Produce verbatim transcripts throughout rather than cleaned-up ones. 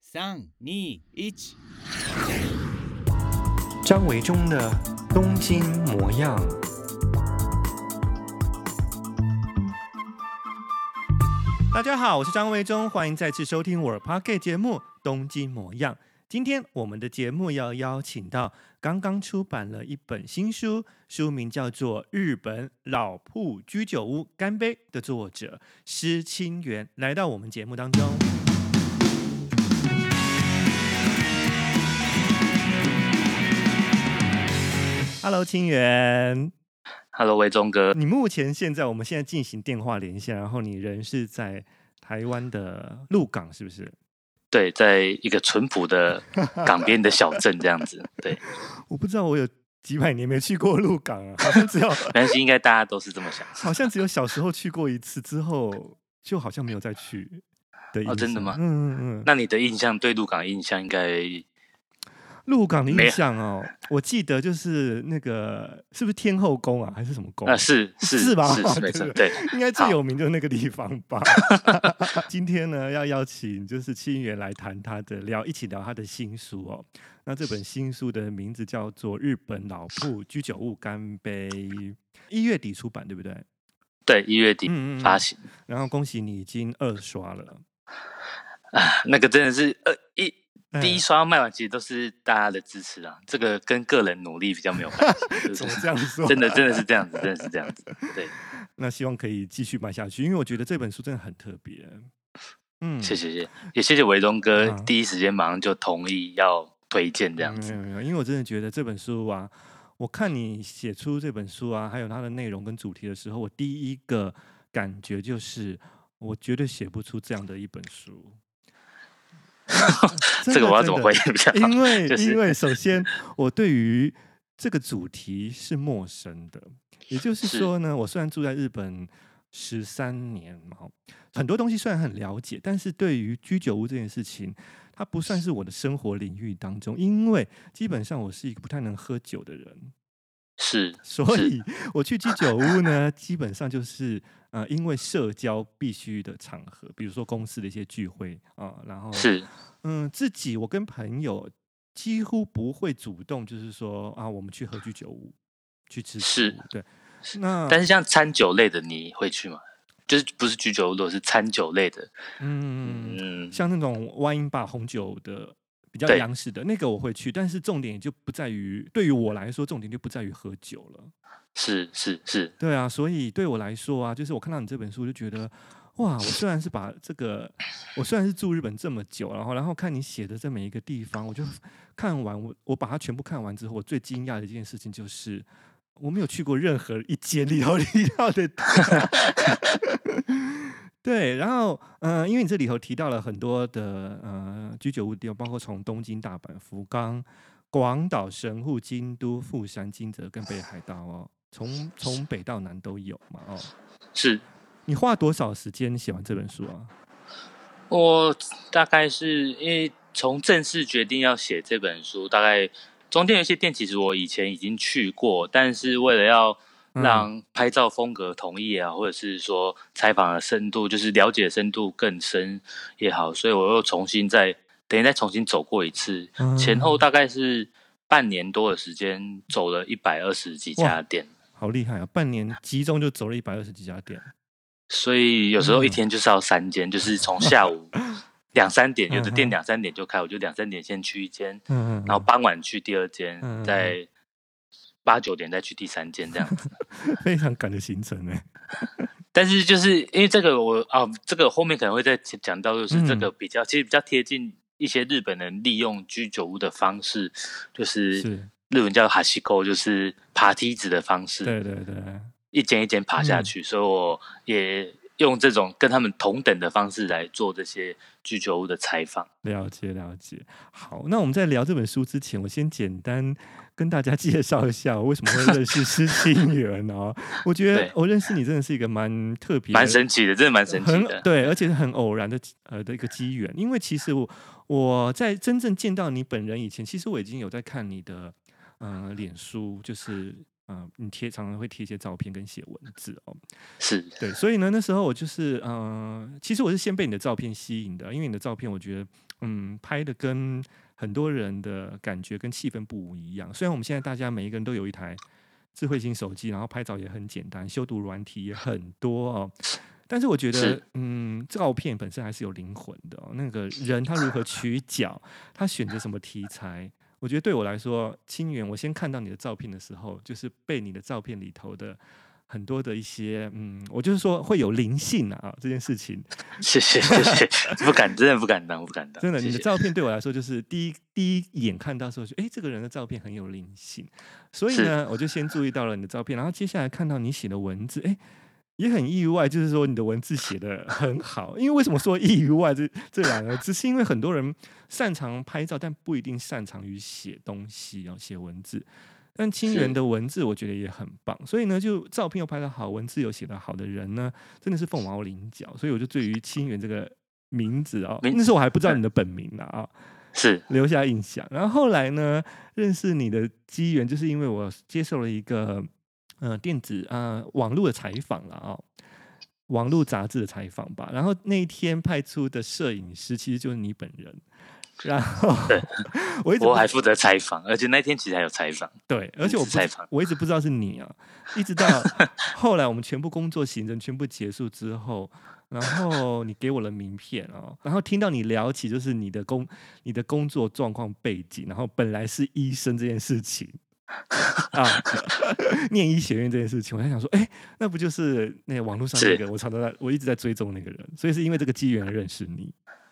三、二、一。 张维中的东京模样。大家好，我是张维中，欢迎再次收听我的 Podcast 节目《东京模样》。今天我们的节目要邀请到刚刚出版了一本新书，书名叫做《日本老铺居酒屋干杯》的作者施清源来到我们节目当中。Hello， 清源。 Hello， 维中哥。 你目前现在我们现在进行电话连线，然后你人是在台湾的鹿港，是不是？ 对，在一个淳朴的港边的小镇这样子。对， 我不知道我有几百年没去过鹿港啊，好像只有没关系，应该大家都是这么想。 好像只有小时候去过一次，之后就好像没有再去的印象。 哦，真的吗？ 嗯嗯嗯。 那你的印象对鹿港的印象应该？ 鹿港的印象哦，我记得就是那个是不是天后宫啊，还是什么宫啊？是是是吧？ 是是没错，对， 应该最有名就是那个地方吧。今天呢，要邀请就是清源来谈他的聊，一起聊他的新书哦。那这本新书的名字叫做《日本老铺居酒屋干杯》，一月底出版，对不对？ 对，一月底发行。 嗯嗯嗯。然后恭喜你已经二刷了。 啊，那个真的是呃一。第一刷卖完，其实都是大家的支持啊，这个跟个人努力比较没有关系。 怎么这样说？ 真的，真的是这样子，真的是这样子。对， 那希望可以继续卖下去，因为我觉得这本书真的很特别。 嗯，谢谢谢，也谢谢维中哥、啊、第一时间马上就同意要推荐这样子。 没有没有，因为我真的觉得这本书啊，我看你写出这本书啊，还有它的内容跟主题的时候，我第一个感觉就是，我绝对写不出这样的一本书。 这个我要怎么回应比较好？ 因为、 就是、 因为首先我对于这个主题是陌生的，也就是说呢，我虽然住在日本十三年嘛，很多东西虽然很了解，但是对于居酒屋这件事情，它不算是我的生活领域当中，因为基本上我是一个不太能喝酒的人。 是， 所以我去居酒屋呢，基本上就是呃，因为社交必须的场合，比如说公司的一些聚会啊、呃，然后是， 嗯，自己我跟朋友几乎不会主动，就是说啊，我们去喝居酒屋去吃， 是， 对。那但是像餐酒类的，你会去吗？就是不是居酒屋，如果是餐酒类的， 嗯嗯，像那种 wine bar 红酒的。比较洋式的那个我会去，但是重点就不在于，对于我来说，重点就不在于喝酒了。 是是是， 对啊，所以对我来说啊，就是我看到你这本书，就觉得哇，我虽然是把这个，我虽然是住日本这么久，然后然后看你写的这每一个地方，我就看完我我把它全部看完之后，我最惊讶的一件事情就是，我没有去过任何一间里头提到的。对，然后呃，因为你这里头提到了很多的呃居酒屋地方，包括从东京、大阪、福冈、广岛、神户、京都、富山、金泽跟北海道哦，从从北到南都有嘛哦。 是。 你花多少时间写完这本书啊？ 我大概是因为从正式决定要写这本书，大概中间有一些店其实我以前已经去过，但是为了要让拍照风格统一啊，或者是说采访的深度，就是了解的深度更深也好，所以我又重新再等于再重新走过一次，嗯、前后大概是半年多的时间，走了一百二十几家店， 好厉害啊！半年集中就走了一百二十几家店， 所以有时候一天就是要三间，嗯、就是从下午两三点，有的店两三点就开，我就两三点先去一间，嗯、然后傍晚去第二间，嗯、再。八九点再去第三间这样子， 非常赶的行程哎。 但是就是因为这个我啊，这个后面可能会再讲到，就是这个比较、嗯、其实比较贴近一些日本人利用居酒屋的方式，就是日文叫哈西沟，就是爬梯子的方式。 对对对， 一间一间爬下去，嗯、所以我也用这种跟他们同等的方式来做这些居酒屋的采访。 了解了解。好，那我们在聊这本书之前，我先简单跟大家介绍一下我为什么会认识施清源哦。我觉得我认识你真的是一个蛮特别、 蛮神奇的，真的蛮神奇的。 对，而且是很偶然的呃的一个机缘。因为其实我我在真正见到你本人以前，其实我已经有在看你的呃脸书，就是。呃、你贴常常会贴一些照片跟写文字哦， 是对，所以呢，那时候我就是呃，其实我是先被你的照片吸引的，因为你的照片我觉得嗯拍的跟很多人的感觉跟气氛不一样。虽然我们现在大家每一个人都有一台智慧型手机，然后拍照也很简单，修图软体也很多哦。但是我觉得，嗯，照片本身还是有灵魂的哦。那个人他如何取角，他选择什么题材，我觉得对我来说，清源，我先看到你的照片的时候，就是被你的照片里头的很多的一些，嗯，我就是说会有灵性啊，这件事情。 谢谢谢谢，不敢，真的不敢当，不敢当。 真的， 谢谢。 你的照片对我来说，就是第一第一眼看到的时候，就哎，这个人的照片很有灵性，所以呢，我就先注意到了你的照片，然后接下来看到你写的文字，哎。也很意外，就是说你的文字写得很好。因为为什么说意外这这两个字，是因为很多人擅长拍照，但不一定擅长于写东西哦，写文字。但清源的文字我觉得也很棒，所以呢，就照片又拍得好，文字又写得好的人呢，真的是凤毛麟角。所以我就对于清源这个名字哦，那时候我还不知道你的本名啦啊、哦， 是留下印象。然后后来呢，认识你的机缘，就是因为我接受了一个。呃，电子啊、呃，网络的采访了啊、哦，网络杂志的采访吧。然后那一天派出的摄影师其实就是你本人。然后我一直我还负责采访，而且那天其实还有采访。 对，而且我不采访， 我一直不知道是你啊，一直到后来我们全部工作行程全部结束之后，然后你给我了名片哦，然后听到你聊起就是你的工你的工作状况背景，然后本来是医生这件事情。啊，念医学院这件事情，我在想说，哎、欸，那不就是那个网络上那个我常常在我一直在追踪那个人，所以是因为这个机缘认识你。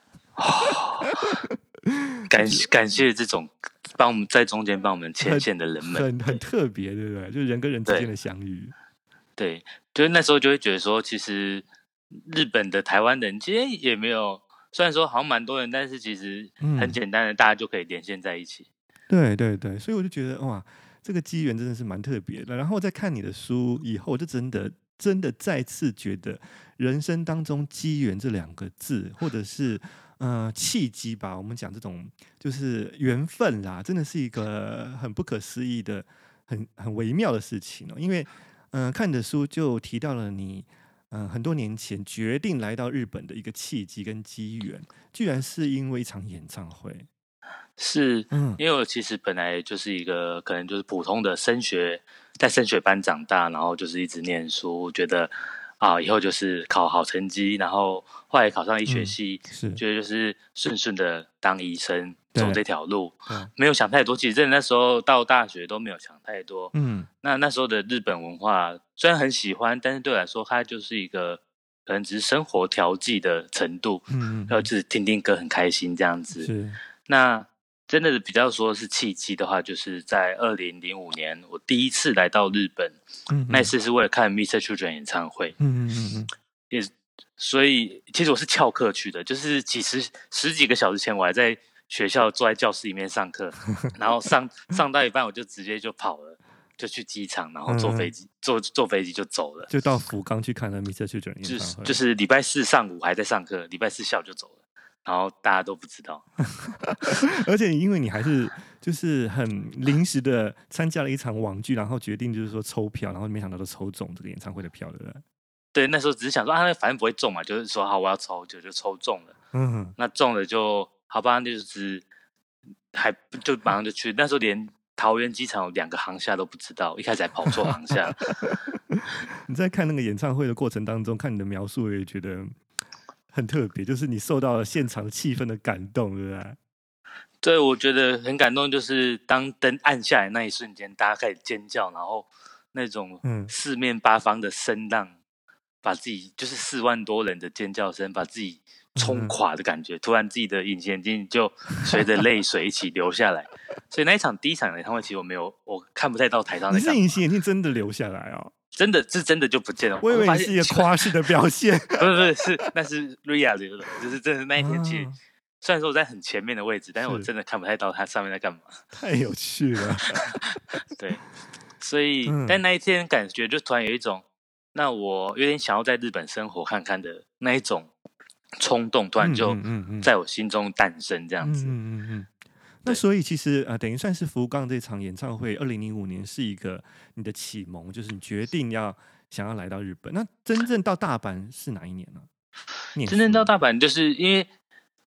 感感谢这种帮我们在中间帮我们牵线的人们， 很很特别，对不对？就是人跟人之间的相遇。 对，就是那时候就会觉得说，其实日本的台湾人其实也没有，虽然说好像蛮多人，但是其实很简单的，大家就可以连线在一起。 对对对，所以我就觉得哇，这个机缘真的是蛮特别的。然后在看你的书以后，我就真的真的再次觉得人生当中机缘这两个字，或者是呃契机吧，我们讲这种就是缘分啦，真的是一个很不可思议的、很很微妙的事情哦。因为嗯、呃，看你的书就提到了你嗯、呃、很多年前决定来到日本的一个契机跟机缘，居然是因为一场演唱会。 是，因为我其实本来就是一个可能就是普通的升学，在升学班长大，然后就是一直念书，觉得啊以后就是考好成绩，然后后来考上医学系， 嗯、是觉得就是顺顺的当医生，走这条路，没有想太多。其实真的那时候到大学都没有想太多。嗯，那那时候的日本文化虽然很喜欢，但是对我来说，它就是一个可能只是生活调剂的程度，嗯，然后就是听听歌很开心这样子。 是， 那。真的比较说是契机的话，就是在二零零五年，我第一次来到日本，嗯、那次是为了看 Mister Children 演唱会，嗯嗯嗯，也所以其实我是翘课去的，就是几十十几个小时前，我还在学校坐在教室里面上课，然后上上到一半我就直接就跑了，就去机场，然后坐飞机，嗯、坐坐飞机就走了， 就到福冈去看了 Mister Children 演唱会， 就是就是礼拜四上午还在上课，礼拜四下午就走了。然后大家都不知道， 而且因为你还是就是很临时的参加了一场网剧，然后决定就是说抽票，然后没想到都抽中这个演唱会的票，对不对？ 对，那时候只是想说啊，反正不会中嘛，就是说好我要抽，就就抽中了。嗯，那中了就好吧，就是还就马上就去。那时候连桃园机场有两个航厦都不知道，一开始还跑错航厦。 你在看那个演唱会的过程当中，看你的描述，我也觉得。很特别，就是你受到了现场气氛的感动，对不对？ 对，我觉得很感动，就是当灯暗下来那一瞬间，大家开始尖叫，然后那种四面八方的声浪，嗯、把自己就是四万多人的尖叫声，把自己冲垮的感觉。嗯、突然自己的隐形眼镜就随着泪水一起流下来。所以那一场第一场演唱会，其实我没有，我看不太到台上在干嘛。 你是隐形眼镜真的流下来哦？ 真的是真的就不见了， 我以为你是一个夸饰的表现， 不是不是是那是 Ria 流的，就是真的那一天其实、啊、虽然说我在很前面的位置，但是我真的看不太到它上面在干嘛， 太有趣了。 对，所以、嗯、但那一天感觉就突然有一种，那我有点想要在日本生活看看的那一种冲动，突然就在我心中诞生这样子。嗯嗯嗯嗯那所以其实呃，等于算是福冈这场演唱会，二零零五年是一个你的启蒙，就是你决定要想要来到日本。那真正到大阪是哪一年呢、啊？ 真正到大阪就是因为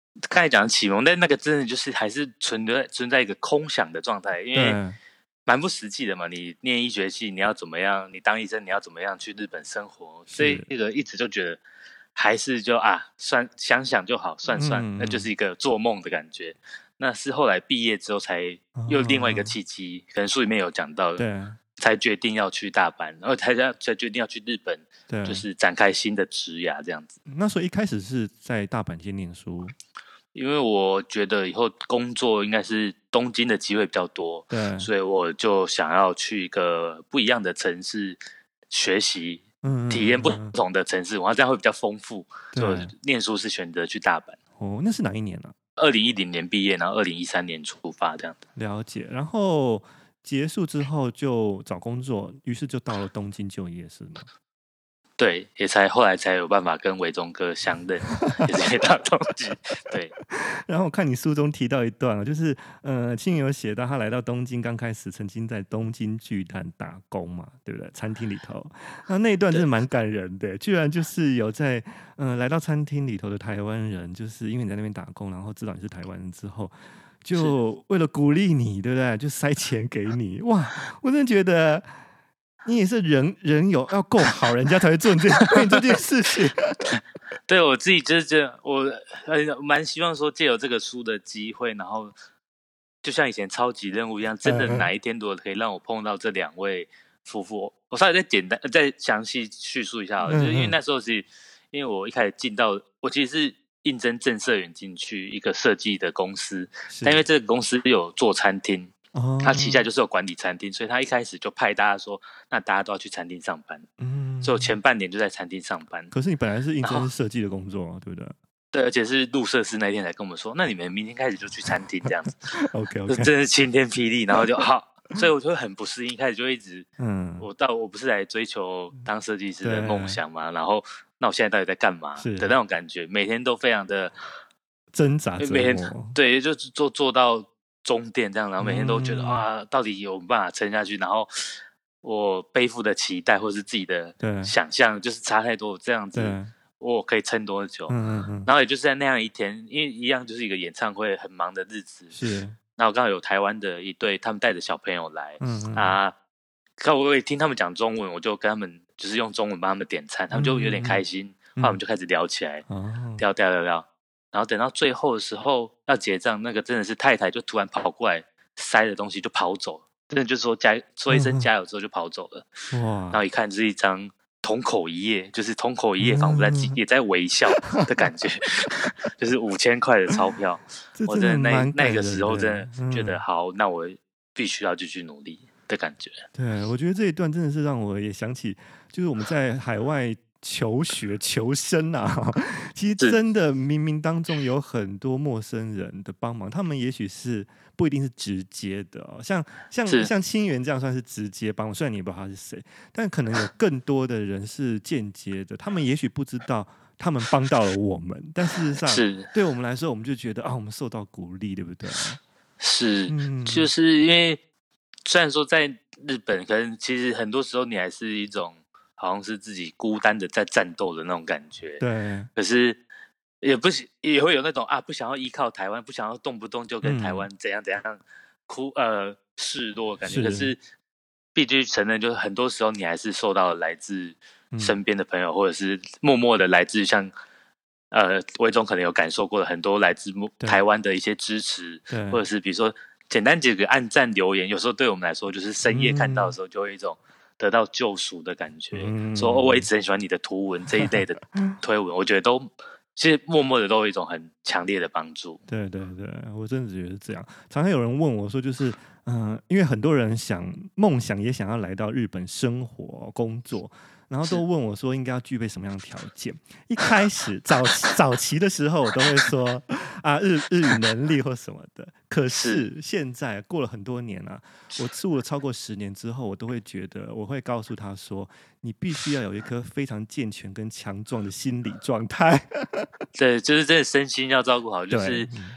刚才讲的启蒙，但那个真的就是还是存在存在一个空想的状态，因为蛮不实际的嘛。你念医学系，你要怎么样？你当医生，你要怎么样去日本生活？所以这个一直就觉得还是就啊，算想想就好，算算，嗯、那就是一个做梦的感觉。那是后来毕业之后才又另外一个契机，哦、可能书里面有讲到的，对，才决定要去大阪，然后才才决定要去日本，对，就是展开新的职涯这样子。 那所以一开始是在大阪先念书。 因为我觉得以后工作应该是东京的机会比较多，对，所以我就想要去一个不一样的城市学习，嗯、体验不同的城市，然后这样会比较丰富。所以我念书是选择去大阪。 哦，那是哪一年啊？ 二零一零年毕业，然后二零一三年出发这样的。 了解，然后结束之后就找工作，于是就到了东京就业，是吗？ 对，也才后来才有办法跟伟忠哥相认，也是到东京。对， 然后我看你书中提到一段，就是呃，庆有写到他来到东京刚开始，曾经在东京巨蛋打工嘛，对不对？餐厅里头，那那一段真的蛮感人的，居然就是有在呃来到餐厅里头的台湾人，就是因为你在那边打工，然后知道你是台湾人之后，就为了鼓励你，对不对？就塞钱给你，哇！我真的觉得。你也是人人有要够好，人家才会做这这件事情。 对，我自己就是这样，我蛮希望说借由这个书的机会，然后就像以前超级任务一样，真的哪一天如果可以让我碰到这两位夫妇，我稍微再简单再详细叙述一下好了，嗯、就是因为那时候是因为我一开始进到，我其实是应征正社员进去一个设计的公司，但因为这个公司有做餐厅。他旗下就是有管理餐厅，所以他一开始就派大家说，那大家都要去餐厅上班。嗯，所以我前半年就在餐厅上班。 可是你本来是应征设计的工作、啊，对不对？ 对，而且是入社司那天才跟我们说，那你们明天开始就去餐厅这样子。 OK OK， 真是晴天霹雳，然后就好，所以我就很不适应，一开始就一直，嗯，我到我不是来追求当设计师的梦想嘛，然后那我现在到底在干嘛的那种感觉，每天都非常的挣扎， 每天对，就做做到。中电这样，然后每天都觉得、嗯、啊，到底有办法撑下去？然后我背负的期待或是自己的想象，就是差太多。这样子，我可以撑多久？嗯嗯然后也就是在那样一天，因为一样就是一个演唱会很忙的日子。是。然后刚好有台湾的一对，他们带着小朋友来，嗯嗯啊，刚我也听他们讲中文，我就跟他们就是用中文帮他们点餐，他们就有点开心，嗯、后来我们就开始聊起来，嗯、聊聊聊聊。然后等到最后的时候要结账，那个真的是太太就突然跑过来塞了东西就跑走，真的就是说加说一声加油之后就跑走了。哇！然后一看是一张同口一页，就是同口一页仿佛在、嗯、也在微笑的感觉，就是五千块的钞票。我真的那那个时候真的觉得、嗯、好，那我必须要继续努力的感觉。 对，我觉得这一段真的是让我也想起，就是我们在海外。求学求生啊，其实真的冥冥当中有很多陌生人的帮忙，他们也许是不一定是直接的、哦，像像像清源这样算是直接帮忙，虽然你也不知道他是谁，但可能有更多的人是间接的，他们也许不知道他们帮到了我们，但事实上对我们来说，我们就觉得啊，我们受到鼓励，对不对？ 是，嗯、就是因为虽然说在日本，可能其实很多时候你还是一种。好像是自己孤单的在战斗的那种感觉， 对。 可是也不也会有那种啊，不想要依靠台湾，不想要动不动就跟台湾怎样怎样哭呃示弱的感觉。是可是必须承认，就是很多时候你还是受到来自身边的朋友，嗯、或者是默默的来自像呃魏忠可能有感受过的很多来自台湾的一些支持，或者是比如说简单几个按赞留言，有时候对我们来说，就是深夜看到的时候，就会有一种。得到救赎的感觉，嗯、说、哦、我一直很喜欢你的图文这一类的推文，我觉得都其实默默的都有一种很强烈的帮助。 对对对，我真的觉得是这样。常常有人问我说，就是嗯、呃，因为很多人想梦想也想要来到日本生活工作。然后都问我说应该要具备什么样的条件？一开始早早期的时候，我都会说啊日日语能力或什么的。可是现在过了很多年啊，我住了超过十年之后，我都会觉得，我会告诉他说，你必须要有一颗非常健全跟强壮的心理状态。 对，就是真的身心要照顾好，就是。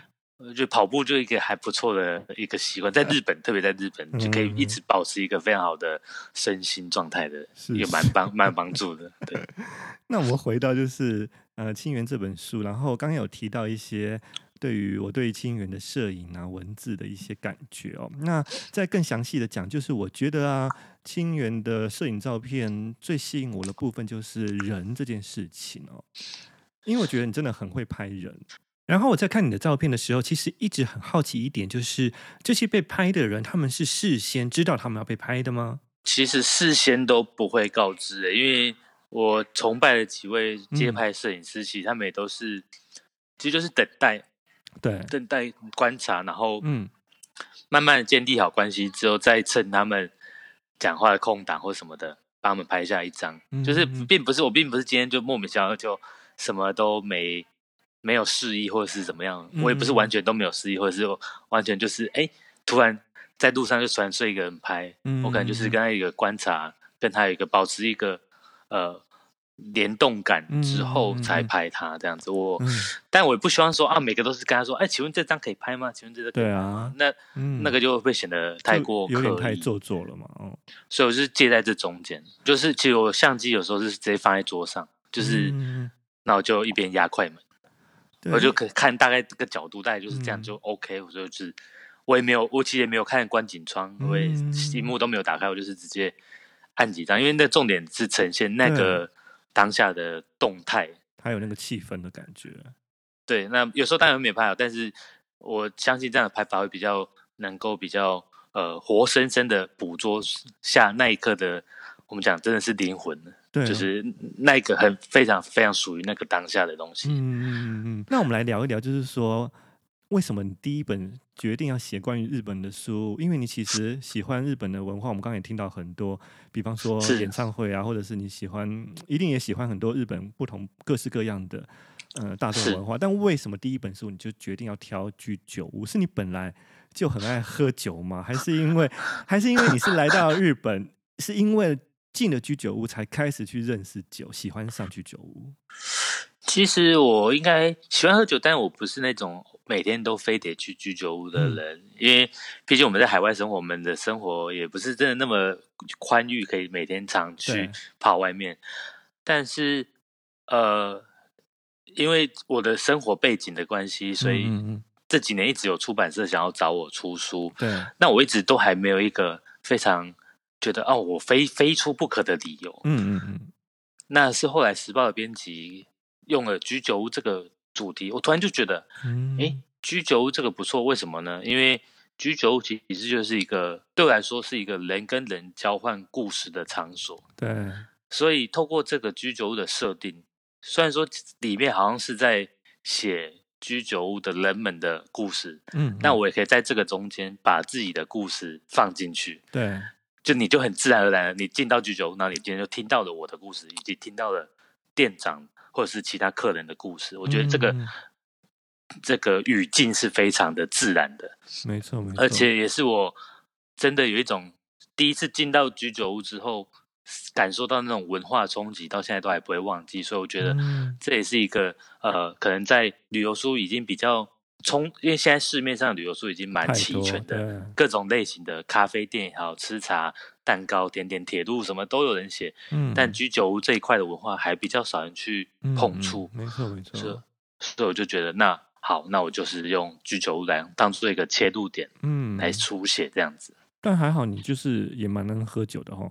我觉得跑步就一个还不错的一个习惯，在日本，特别在日本，就可以一直保持一个非常好的身心状态的，也蛮帮蛮帮助的。对， 那我们回到就是呃《清源》这本书，然后刚刚有提到一些对于我对于清源的摄影啊、文字的一些感觉哦。那再更详细的讲，就是我觉得啊，清源的摄影照片最吸引我的部分就是人这件事情哦，因为我觉得你真的很会拍人。然后我在看你的照片的时候，其实一直很好奇一点，就是这些被拍的人，他们是事先知道他们要被拍的吗？ 其实事先都不会告知的，因为我崇拜的几位街拍摄影师，嗯、其实他们也都是，其实就是等待， 对， 等待观察，然后嗯，慢慢的建立好关系之后，再趁他们讲话的空档或什么的，帮他们拍下一张。嗯、就是并不是我并不是今天就莫名其妙就什么都没。没有示意或者是怎么样，我也不是完全都没有示意，或者是完全就是哎，突然在路上就传睡一个人拍，嗯、我可能就是跟他一个观察，跟他有一个保持一个呃联动感之后才拍他这样子。我，嗯、但我也不希望说啊，每个都是跟他说，哎，请问这张可以拍吗？请问这张可以拍吗？对啊，那、嗯、那个就会显得太过刻意， 有点太做作了嘛。哦， 所以我是介在这中间，就是其实我相机有时候是直接放在桌上，就是那、嗯、我就一边压快门。我就可看大概这个角度，大概就是这样就 OK、嗯。我就是我也没有，我其实也没有看观景窗，因为屏幕都没有打开，我就是直接按几张，因为那重点是呈现那个当下的动态， 还有那个气氛的感觉。 对，那有时候当然没有拍好，但是我相信这样的拍法会比较能够比较呃活生生的捕捉下那一刻的，我们讲真的是灵魂了。对、哦，就是那个很非常非常属于那个当下的东西。嗯嗯嗯。那我们来聊一聊，就是说为什么你第一本决定要写关于日本的书？因为你其实喜欢日本的文化，我们刚刚也听到很多，比方说演唱会啊，或者是你喜欢，一定也喜欢很多日本不同各式各样的呃大众文化。但为什么第一本书你就决定要挑居酒屋？是你本来就很爱喝酒吗？还是因为还是因为你是来到日本，是因为进了居酒屋才开始去认识酒，喜欢上居酒屋？ 其实我应该喜欢喝酒，但我不是那种每天都非得去居酒屋的人，嗯、因为毕竟我们在海外生活，我们的生活也不是真的那么宽裕，可以每天常去跑外面。但是呃，因为我的生活背景的关系，所以这几年一直有出版社想要找我出书，对，那我一直都还没有一个非常觉得哦，我非非出不可的理由。嗯嗯嗯。那是后来时报的编辑用了居酒屋这个主题，我突然就觉得，嗯，哎，居酒屋这个不错，为什么呢？因为居酒屋其实就是一个对我来说是一个人跟人交换故事的场所。对，所以透过这个居酒屋的设定，虽然说里面好像是在写居酒屋的人们的故事，嗯，那我也可以在这个中间把自己的故事放进去。对。就你就很自然而然的，你进到居酒屋，那你今天就听到了我的故事，以及听到了店长或者是其他客人的故事。我觉得这个、嗯、这个语境是非常的自然的， 没错没错， 而且也是我真的有一种第一次进到居酒屋之后，感受到那种文化冲击，到现在都还不会忘记。所以我觉得这也是一个、嗯、呃，可能在旅游书已经比较。冲，因为现在市面上的旅游书已经蛮齐全的，各种类型的咖啡店也好，吃茶、蛋糕、甜点、铁路什么都有人写。嗯，但居酒屋这一块的文化还比较少人去碰触。 嗯嗯、没错没错。 所以我就觉得，那好，那我就是用居酒屋来当做一个切入点，嗯，来书写这样子。 但还好，你就是也蛮能喝酒的齁。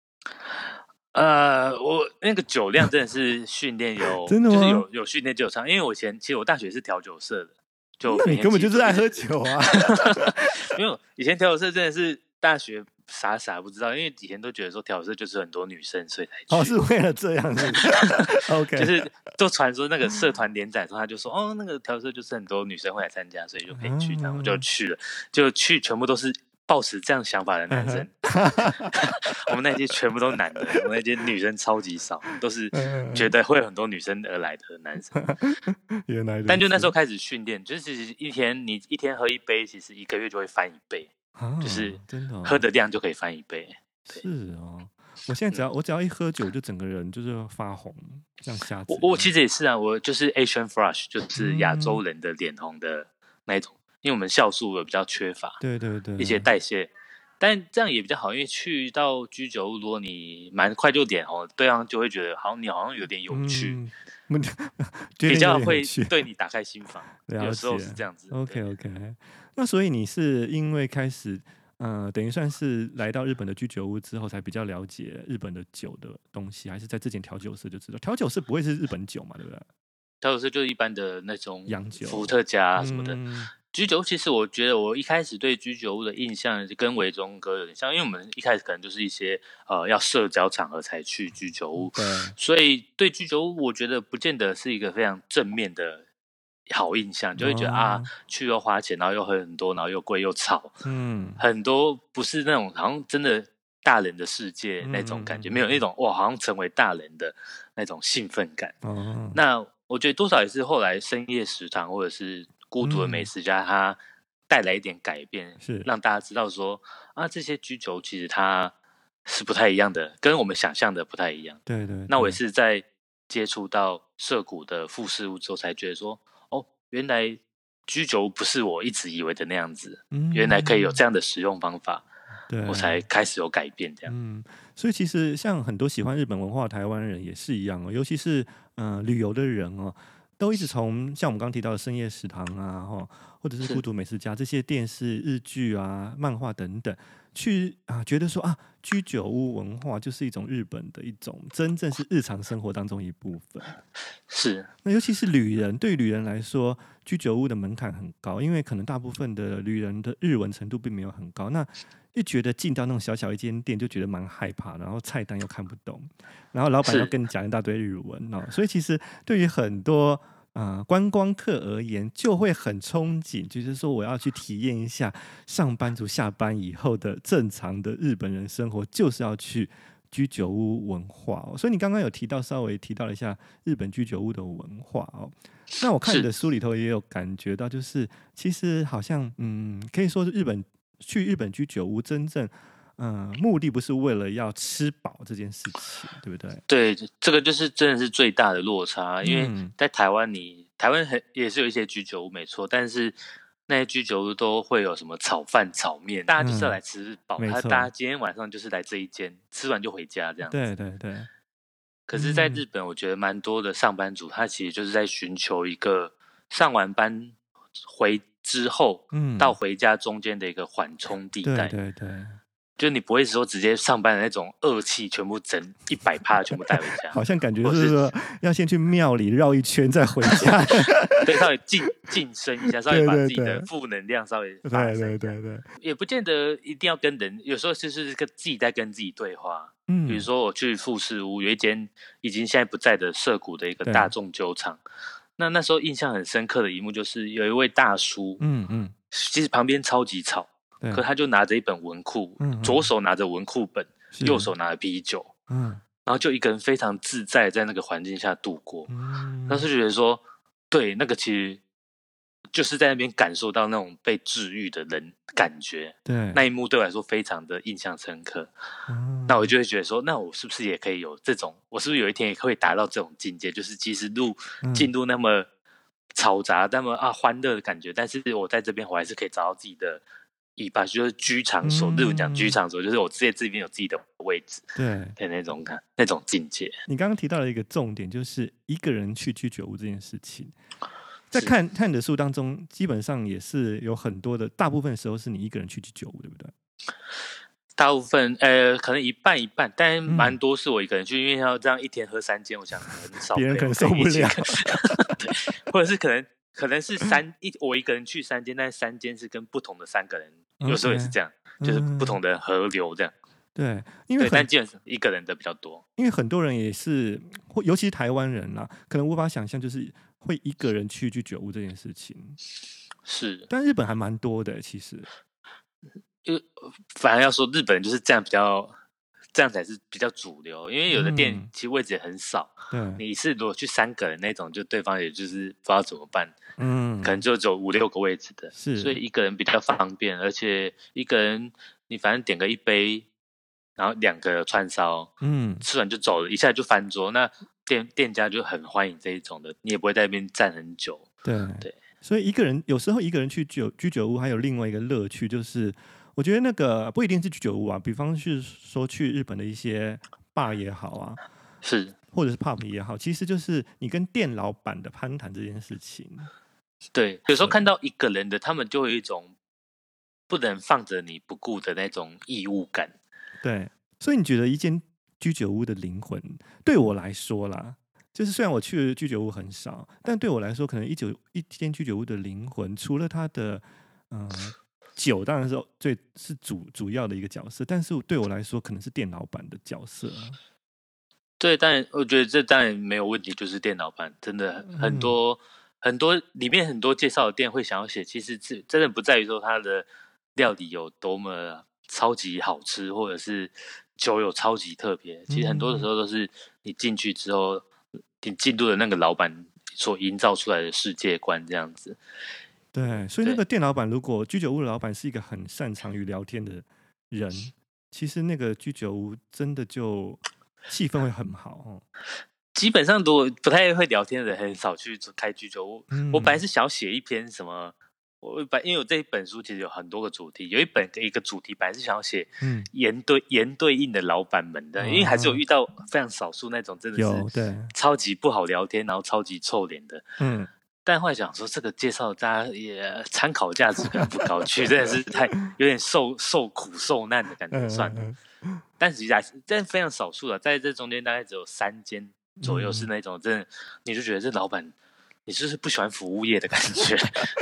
呃，我那个酒量真的是训练有， 真的吗？ 就是有有训练就有差。因为我以前其实我大学是调酒社的。就那你根本就是爱喝酒啊！ 没有，以前调酒社真的是大学傻傻不知道，因为以前都觉得说调酒社就是很多女生，所以才去。 哦，是为了这样子。OK， 就是都传说那个社团连载的时候，他就说哦，那个调酒社就是很多女生会来参加，所以就可以去，然后我就去了，就去全部都是抱持这样想法的男生。我们那届全部都男的，我们那届女生超级少，都是觉得会有很多女生而来的男生。 原来， 但就那时候开始训练，就是一天你一天喝一杯，其实一个月就会翻一倍，啊、就是真的、哦、喝的量就可以翻一倍。 是哦，我现在只要、嗯、我只要一喝酒，就整个人就是发红，这样瞎子。 我我其实也是啊，我就是 Asian flush， 就是亚洲人的脸红的那种。 因为我们酵素有比较缺乏， 对对对， 一些代谢。但这样也比较好，因为去到居酒屋，如果你蛮快就点红，对方就会觉得好像你好像有点有趣， 嗯、 比较会对你打开心房。有时候是这样子。 OK OK， 那所以你是因为开始，呃，等于算是来到日本的居酒屋之后，才比较了解日本的酒的东西，还是在之前调酒社就知道？调酒社不会是日本酒嘛，对不对？ 调酒社就是一般的那种洋酒、 伏特加、啊、什么的。 嗯居酒屋其实我觉得我一开始对居酒屋的印象跟维中哥有点像，因为我们一开始可能就是一些呃要社交场合才去居酒屋， 对， 所以对居酒屋我觉得不见得是一个非常正面的好印象，就会觉得、哦、啊去又花钱，然后又喝很多，然后又贵又吵，嗯，很多不是那种好像真的大人的世界那种感觉，嗯、没有那种哇好像成为大人的那种兴奋感。哦，那我觉得多少也是后来深夜食堂或者是孤独的美食家，他带来一点改变，是让大家知道说啊，这些居酒其实它是不太一样的，跟我们想象的不太一样。 对 对, 对。 那我也是在接触到涉谷的富士屋之后，才觉得说，哦，原来居酒不是我一直以为的那样子，嗯、原来可以有这样的使用方法。对，我才开始有改变这样。 嗯，所以其实像很多喜欢日本文化的台湾人也是一样哦，尤其是嗯、呃、旅游的人哦。都一直从像我们刚刚提到的深夜食堂啊，或者是孤独美食家这些电视、日剧啊、漫画等等，去啊觉得说啊，居酒屋文化就是一种日本的一种真正是日常生活当中一部分。 是， 那尤其是旅人，对于旅人来说，居酒屋的门槛很高，因为可能大部分的旅人的日文程度并没有很高，那一觉得进到那种小小一间店就觉得蛮害怕，然后菜单又看不懂，然后老板要跟你讲一大堆日文哦，所以其实对于很多呃观光客而言，就会很憧憬，就是说我要去体验一下上班族下班以后的正常的日本人生活，就是要去居酒屋文化哦。所以你刚刚有提到，稍微提到了一下日本居酒屋的文化哦。那我看你的书里头也有感觉到，就是其实好像嗯，可以说是日本。去日本居酒屋，真正嗯、呃、目的不是为了要吃饱这件事情，对不对？ 对，这个就是真的是最大的落差，因为在台湾你台湾很也是有一些居酒屋没错，但是那些居酒屋都会有什么炒饭、炒面，大家就是要来吃饱，他、嗯、大家今天晚上就是来这一间，吃完就回家这样子。 对对对。 可是，在日本，我觉得蛮多的上班族，他其实就是在寻求一个上完班回。之后、嗯、到回家中间的一个缓冲地带， 对对对， 就你不会说直接上班的那种恶气全部整一百趴全部带回家， 好像感觉是说要先去庙里绕一圈再回家， 对，稍微晋晋升一下，稍微把自己的负能量稍微发散一下， 对对对对， 也不见得一定要跟人，有时候就是跟自己在跟自己对话。嗯，比如说我去富士屋，有一间已经现在不在的涩谷的一个大众酒厂。那那时候印象很深刻的一幕就是有一位大叔，嗯嗯，其实旁边超级吵，可他就拿着一本文库，嗯嗯，左手拿着文库本，右手拿着啤酒，嗯，然后就一个人非常自在在那个环境下度过。嗯，那时候觉得说，对，那个其实就是在那边感受到那种被治愈的人感觉，对，那一幕对我来说非常的印象深刻。嗯，那我就会觉得说，那我是不是也可以有这种？我是不是有一天也会达到这种境界？就是即使入进入那么嘈杂、那么啊欢乐的感觉，但是我在这边我还是可以找到自己的尾巴，就是居场所。嗯、日文讲居场所，就是我在这边有自己的位置，对的那种感，那种境界。 你刚刚提到了一个重点，就是一个人去居酒屋这件事情。在看看你的书当中，基本上也是有很多的，大部分时候是你一个人去居酒屋，对不对？ 大部分呃，可能一半一半，但蛮多是我一个人去，嗯、因为要这样一天喝三间，我想很少， 别人可能受不了， 或者是可能可能是三一我一个人去三间，但是三间是跟不同的三个人， okay, 有时候也是这样，就是不同的河流这样。 对，因为但基本上一个人的比较多， 因为很多人也是，尤其是台湾人啦，可能无法想象就是会一个人去居酒屋这件事情。 是， 但日本还蛮多的，其实。 就反而要说日本人就是这样比较，这样才是比较主流，因为有的店其实位置也很少。嗯、你是如果去三个人那种，就对方也就是不知道怎么办，嗯，可能就只有五六个位置的，是，所以一个人比较方便，而且一个人你反正点个一杯，然后两个串烧，嗯，吃完就走了，一下就翻桌，那店店家就很欢迎这一种的，你也不会在那边站很久。 对对。 所以一个人有时候一个人去酒居酒屋，还有另外一个乐趣，就是我觉得那个不一定是居酒屋啊，比方是说去日本的一些 bar 也好啊， 是， 或者是 pub 也好，其实就是你跟店老板的攀谈这件事情。 对，有时候看到一个人的，他们就会有一种不能放着你不顾的那种义务感。 对，所以你觉得一间居酒屋的灵魂，对我来说啦，就是虽然我去的居酒屋很少，但对我来说，可能一酒一间居酒屋的灵魂，除了它的嗯、呃、酒，当然是最是主主要的一个角色，但是对我来说，可能是店老板的角色啊。 对，当然，我觉得这当然没有问题，就是店老板真的很多、嗯、很多里面很多介绍的店会想要写，其实真的不在于说它的料理有多么超级好吃，或者是酒有超级特别。其实很多的时候都是你进去之后，你进入了那个老板所营造出来的世界观这样子。 对，所以那个店老板，如果居酒屋的老板是一个很擅长于聊天的人，其实那个居酒屋真的就气氛会很好哦。 基本上，如果不太会聊天的人，很少去开居酒屋。嗯、我本来是想要写一篇什么，我本因为我这一本书其实有很多个主题，有一本一个主题本来是想要写言对言对应的老板们的，嗯、因为还是有遇到非常少数那种真的是超级不好聊天，然后超级臭脸的。嗯。但后来想说，这个介绍大家也参考价值可能不高，去真的是太有点受受苦受难的感觉，算了。嗯嗯嗯、但其实还是，但非常少数了，在这中间大概只有三间左右是那种真的，你就觉得这老板，你是不是不喜欢服务业的感觉？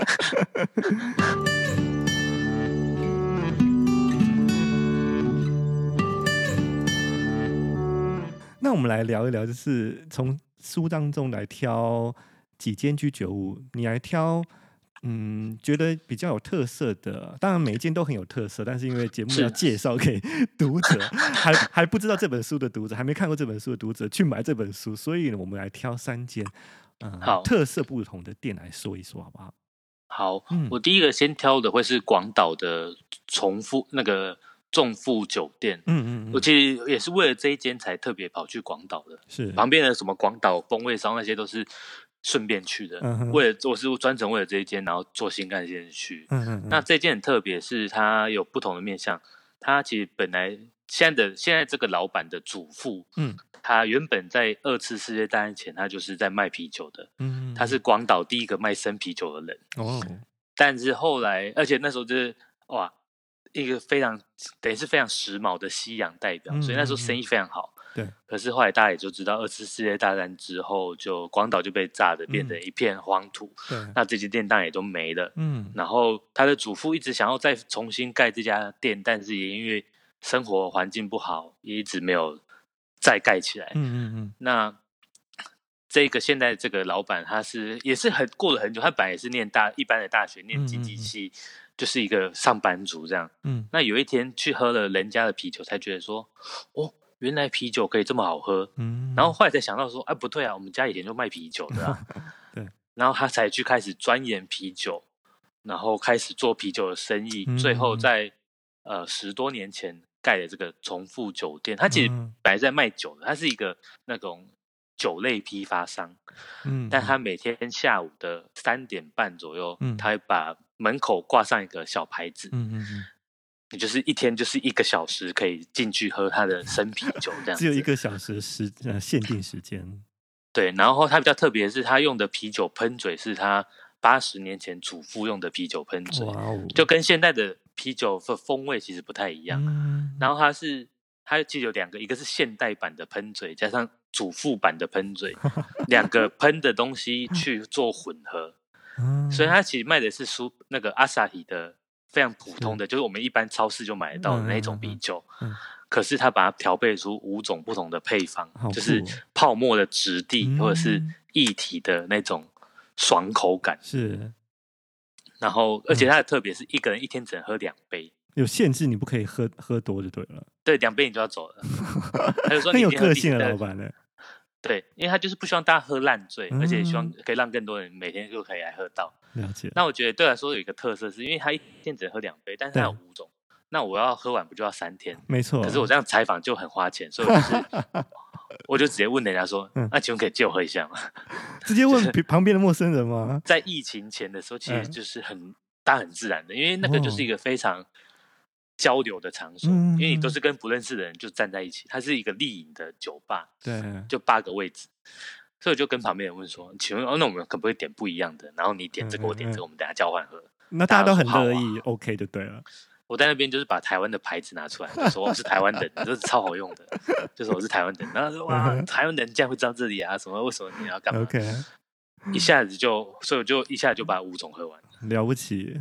那我们来聊一聊，就是从书当中来挑几间居酒屋，你来挑，嗯，觉得比较有特色的。当然每一间都很有特色，但是因为节目要介绍给读者，还还不知道这本书的读者，还没看过这本书的读者去买这本书，所以呢，我们来挑三间，嗯，特色不同的店来说一说，好不好？ 好，嗯、我第一个先挑的会是广岛的重复那个重富酒店。嗯嗯嗯，我其实也是为了这一间才特别跑去广岛的。是旁边的什么广岛风味烧那些都是顺便去的。嗯、为了我是专程为了这一间，然后坐新干线去。嗯嗯嗯，那这间很特别，是它有不同的面向。它其实本来现在的现在这个老板的祖父，嗯。他原本在二次世界大战前，他就是在卖啤酒的。嗯，他是广岛第一个卖生啤酒的人。哦，但是后来，而且那时候就是哇，一个非常等于是非常时髦的西洋代表，嗯、所以那时候生意非常好。对。可是后来大家也就知道，二次世界大战之后，就广岛就被炸的变成一片荒土。对、嗯。那这些店当然也都没了。嗯。然后他的祖父一直想要再重新盖这家店，但是也因为生活环境不好，也一直没有再盖起来。嗯嗯嗯。那这个现在这个老板，他是也是很过了很久，他本来也是念大一般的大学，念经济系，嗯嗯嗯，就是一个上班族这样。嗯。那有一天去喝了人家的啤酒，才觉得说，哦，原来啤酒可以这么好喝。嗯。然后后来才想到说，哎，不对啊，我们家以前就卖啤酒的啊。对。然后他才去开始钻研啤酒，然后开始做啤酒的生意，嗯、最后在呃十多年前盖的这个重复酒店，他其实本来在卖酒的，他是一个那种酒类批发商，嗯，但他每天下午的三点半左右，嗯，他会把门口挂上一个小牌子，嗯嗯嗯，你就是一天就是一个小时可以进去喝他的生啤酒这样子， 只有一个小时时呃限定时间， 对，然后他比较特别的是，他用的啤酒喷嘴是他八十年前祖父用的啤酒喷嘴，哇哦，就跟现在的啤酒的风味其实不太一样。嗯，然后它是它其实有两个，一个是现代版的喷嘴，加上祖父版的喷嘴，两个喷的东西去做混合。嗯，所以它其实卖的是苏那个阿萨希的非常普通的，就是我们一般超市就买得到的那种啤酒。嗯，嗯嗯可是它把它调配出五种不同的配方，就是泡沫的质地、嗯、或者是液体的那种爽口感。是。然后，而且它的特别是一个人一天只能喝两杯， 有限制，你不可以喝喝多就对了。 对，两杯你就要走了。他就说很有个性的老板呢。 对，因为他就是不希望大家喝烂醉，嗯、而且希望可以让更多人每天就可以来喝到。了解。那我觉得对我来说有一个特色，是因为他一天只能喝两杯，但是他有五种。那我要喝完不就要三天？ 没错。 可是我这样采访就很花钱，所以我就是我就直接问人家说：“那、嗯啊、请问可以借我喝一下吗？” 直接问旁边的陌生人吗？ 在疫情前的时候，其实就是很、嗯、大很自然的，因为那个就是一个非常交流的场所， 嗯、 因为你都是跟不认识的人就站在一起，它是一个立饮的酒吧， 对， 就八个位置。所以我就跟旁边人问说：“请问，哦，那我们可不可以点不一样的？然后你点这个，嗯嗯嗯我点这个，我们等一下交换喝。” 那大家都很乐意 ，OK 就对了。 我在那边就是把台湾的牌子拿出来，就说我是台湾人，这是超好用的，就是我是台湾人。然后说哇，台湾人竟然会知道这里啊？什么？为什么你要干嘛 ？OK， 一下子就，所以我就一下就把五种喝完了， 了不起。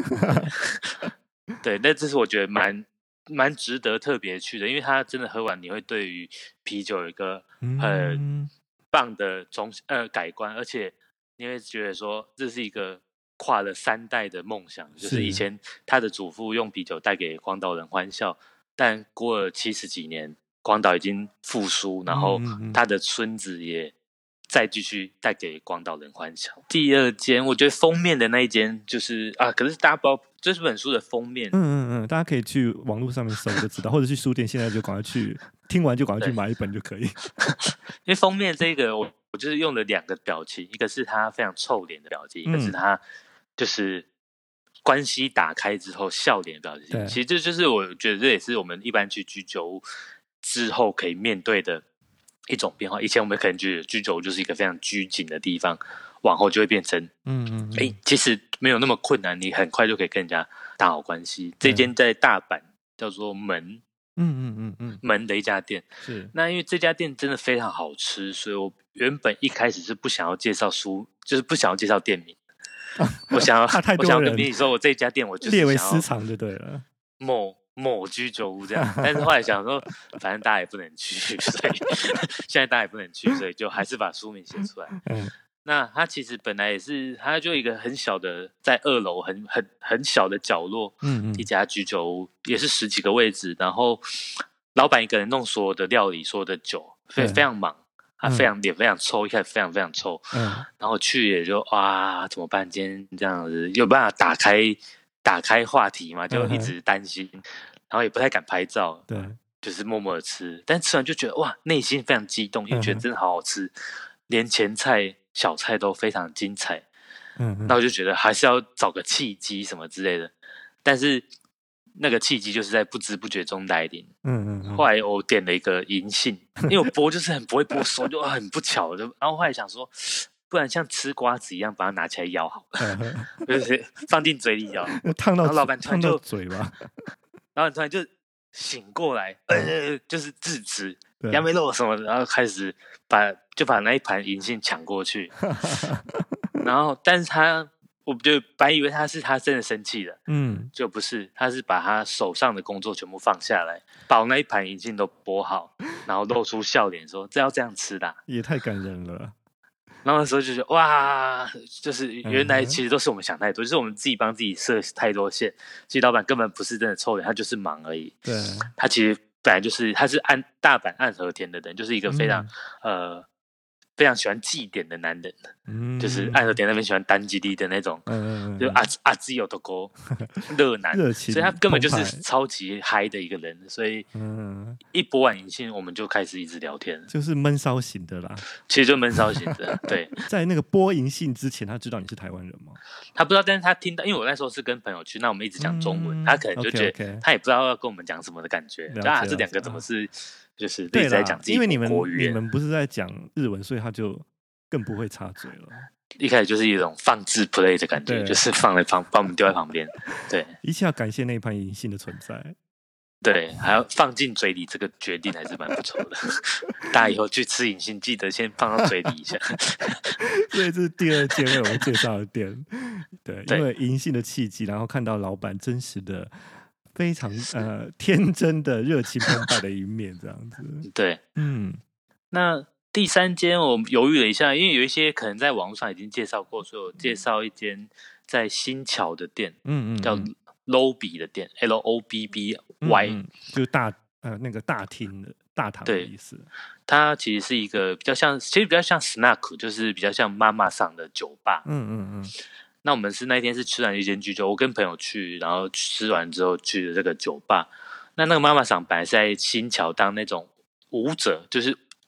对，那这是我觉得蛮蛮值得特别去的，因为它真的喝完，你会对于啤酒有一个很棒的中呃改观，而且你会觉得说这是一个跨了三代的梦想，就是以前他的祖父用啤酒带给广岛人欢笑，但过了七十几年，广岛已经复苏，然后他的孙子也再继续带给广岛人欢笑。第二间，我觉得封面的那一间就是啊，可是大家不知道这本书的封面， 嗯嗯嗯，大家可以去网络上面搜就知道，或者去书店，现在就赶快去听完就赶快去买一本就可以。 因为封面这个我我就是用了两个表情，一个是他非常臭脸的表情，一个是他就是关系打开之后笑脸的表情。其实这就是我觉得这也是我们一般去居酒屋之后可以面对的一种变化。以前我们可能觉得居酒屋就是一个非常拘谨的地方，往后就会变成嗯嗯，哎、欸，其实没有那么困难，你很快就可以跟人家打好关系。这间在大阪叫做门。 嗯嗯嗯嗯， 门的一家店是那，因为这家店真的非常好吃，所以我原本一开始是不想要介绍书，就是不想要介绍店名，啊、我想要我想要跟别人说，我这家店我就是列为私藏就对了， 某某居酒屋这样。但是后来想说，反正大家也不能去，所以现在大家也不能去，所以就还是把书名写出来。嗯。那它其实本来也是，它就一个很小的，在二楼很很很小的角落，嗯嗯，一家居酒屋，也是十几个位置，然后老板一个人弄所有的料理，所有的酒，非非常忙，他非常脸非常臭，一开始非常非常臭，嗯，然后去也就哇怎么办？今天这样子有办法打开打开话题嘛？就一直担心，然后也不太敢拍照，对，就是默默的吃，但吃完就觉得哇，内心非常激动，因为觉得真的好好吃，连前菜。小菜都非常精彩，嗯，那我就觉得还是要找个契机什么之类的，但是那个契机就是在不知不觉中来临，嗯嗯。后来我点了一个银杏，因为我剥就是很不会剥手，就很不巧，就然后后来想说，不然像吃瓜子一样把它拿起来咬好了，就是放进嘴里咬， 烫到然后老板突然就嘴巴， 然后突然就醒过来，呃，就是制止。杨梅肉什么的，然后开始把就把那一盘银杏抢过去，然后但是他我就本来以为他是他真的生气了，嗯，就不是，他是把他手上的工作全部放下来，把那一盘银杏都剥好，然后露出笑脸说：“这要这样吃的、啊。” 也太感人了。 然后那时候就觉得哇，就是原来其实都是我们想太多，嗯、就是我们自己帮自己设太多线。其实老板根本不是真的臭脸，他就是忙而已。对，他其实。本来就是他是暗大阪暗和田的人，就是一个非常、嗯、呃非常喜欢祭典的男人，嗯、就是暗和田那边喜欢单机力的那种，嗯、就阿阿兹有的哥热男，热情，所以他根本就是超级嗨的一个人，所以嗯，一播完银杏我们就开始一直聊天， 就是闷骚型的啦， 其实就闷骚型的，对， 在那个播银杏之前，他知道你是台湾人吗？ 他不知道，但是他听到，因为我那时候是跟朋友去，那我们一直讲中文，嗯、他可能就觉得 okay, okay, 他也不知道要跟我们讲什么的感觉，啊，这两个怎么是就是一直在讲自己国语言？ 因为你们你们不是在讲日文，所以他就更不会插嘴了。 一开始就是一种放置 play 的感觉，就是放在旁，把我们丢在旁边。对， 一切要感谢那一盘银杏的存在。 对，还要放进嘴里，这个决定还是蛮不错的。大家以后去吃银杏，记得先放到嘴里一下。 所以这是第二间为我们介绍的店。对，因为银杏的契机，然后看到老板真实的、非常呃天真的、热情澎湃的一面，这样子。 对，嗯，那。第三间我犹豫了一下，因为有一些可能在网络上已经介绍过，所以我介绍一间在新橋的店，嗯嗯，叫 Lobby 的店 ，L O B B Y，、嗯嗯、 就是大呃那个大厅的大堂的意思。 它其实是一个比较像，其实比较像 snack， 就是比较像妈妈桑的酒吧。嗯嗯嗯。那我们是那一天是吃完一间居酒，我跟朋友去，然后吃完之后去了这个酒吧。那那个妈妈桑本来是在新橋当那种舞者，就是。